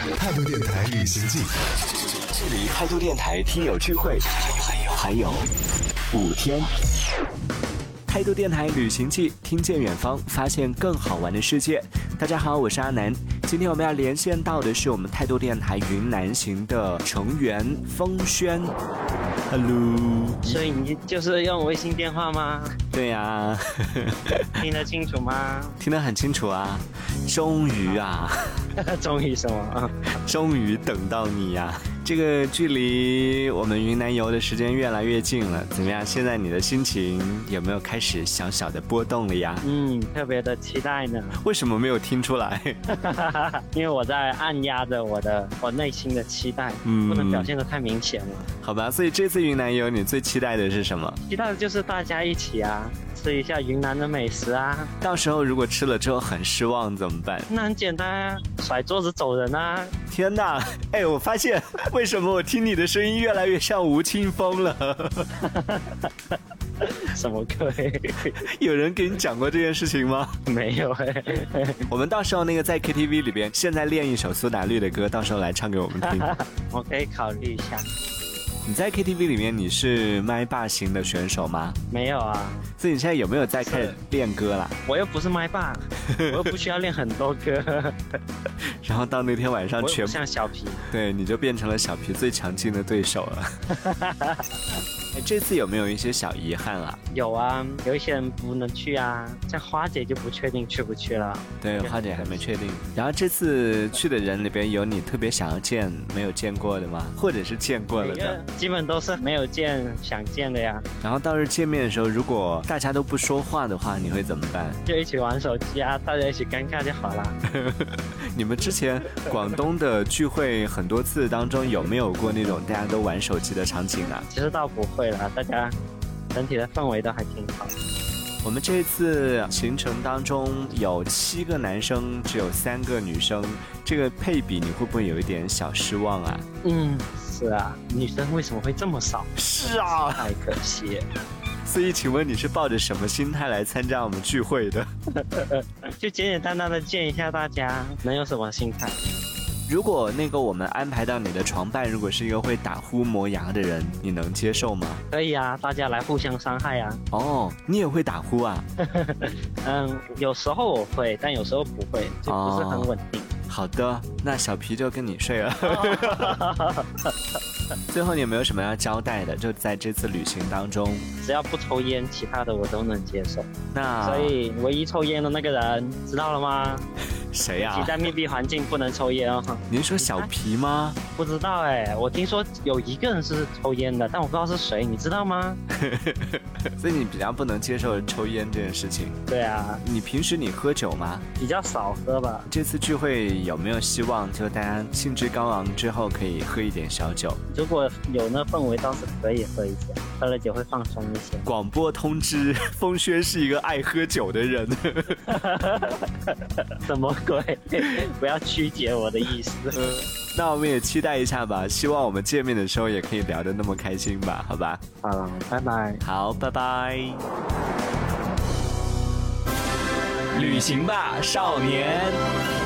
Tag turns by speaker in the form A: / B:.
A: 态度电台旅行记，
B: 这里态度电台听友聚会，还有5天。态度电台旅行记，听见远方，发现更好玩的世界。大家好，我是阿南。今天我们要连线到的是我们态度电台云南行的成员风轩。Hello，
C: 所以你就是用微信电话吗？
B: 对呀、
C: 听得清楚吗？
B: 听得很清楚啊。终于啊，
C: 终于什么？
B: 终于等到你呀、这个距离我们云南游的时间越来越近了，怎么样？现在你的心情有没有开始小小的波动了呀？
C: 特别的期待呢。
B: 为什么没有听出来？
C: 因为我在按压着我内心的期待，不能表现得太明显了。
B: 好吧，所以这次云南游你最期待的是什么？
C: 期待的就是大家一起啊，吃一下云南的美食啊。
B: 到时候如果吃了之后很失望怎么办？
C: 那很简单啊，甩桌子走人啊。
B: 天哪，哎，我发现为什么我听你的声音越来越像吴青峰了？
C: 什么鬼？
B: 有人给你讲过这件事情吗？
C: 没有
B: 我们到时候那个在 KTV 里边，现在练一首苏打绿的歌，到时候来唱给我们听。
C: 我可以考虑一下。
B: 你在 KTV 里面你是麦霸型的选手吗？
C: 没有啊。
B: 所以你现在有没有在开始练歌啦？
C: 我又不是麦霸，我又不需要练很多歌。
B: 然后到那天晚上
C: 我又不像小皮，
B: 对，你就变成了小皮最强劲的对手了。这次有没有一些小遗憾啊？
C: 有啊，有一些人不能去啊，像花姐就不确定去不去了。
B: 对，花姐还没确定。然后这次去的人里边有你特别想要见没有见过的吗？或者是见过了的？
C: 基本都是没有见想见的呀。
B: 然后到时见面的时候，如果大家都不说话的话，你会怎么办？
C: 就一起玩手机啊，大家一起尴尬就好了。
B: 你们之前广东的聚会很多次当中有没有过那种大家都玩手机的场景啊？
C: 其实倒不会啦，大家整体的氛围都还挺好。
B: 我们这次行程当中有7个男生，只有3个女生，这个配比你会不会有一点小失望啊？
C: 是啊，女生为什么会这么少？
B: 是啊，
C: 太可惜。
B: 所以请问你是抱着什么心态来参加我们聚会的？
C: 就简简单单的见一下大家，能有什么心态？
B: 如果那个我们安排到你的床伴如果是一个会打呼磨牙的人，你能接受吗？
C: 可以啊，大家来互相伤害啊。
B: 哦，你也会打呼啊？
C: 有时候我会，但有时候不会，就不是很稳定。
B: 好的，那小皮就跟你睡了。最后你有没有什么要交代的？就在这次旅行当中，
C: 只要不抽烟，其他的我都能接受。
B: 那
C: 所以唯一抽烟的那个人知道了吗？
B: 谁呀？
C: 一起在密闭环境不能抽烟哦。
B: 您说小皮吗？
C: 不知道哎，我听说有一个人是抽烟的，但我不知道是谁，你知道吗？
B: 所以你比较不能接受抽烟这件事情。
C: 对啊。
B: 你平时你喝酒吗？
C: 比较少喝吧。
B: 这次聚会有没有希望就大家兴致高昂之后可以喝一点小酒？
C: 如果有那氛围倒是可以喝一下，喝了酒会放松一些。
B: 广播通知，风轩是一个爱喝酒的人。
C: 什么鬼？不要曲解我的意思。
B: 那我们也期待一下吧，希望我们见面的时候也可以聊得那么开心吧，好吧？
C: 好了，拜拜。
B: 好，拜拜。旅行吧，少年。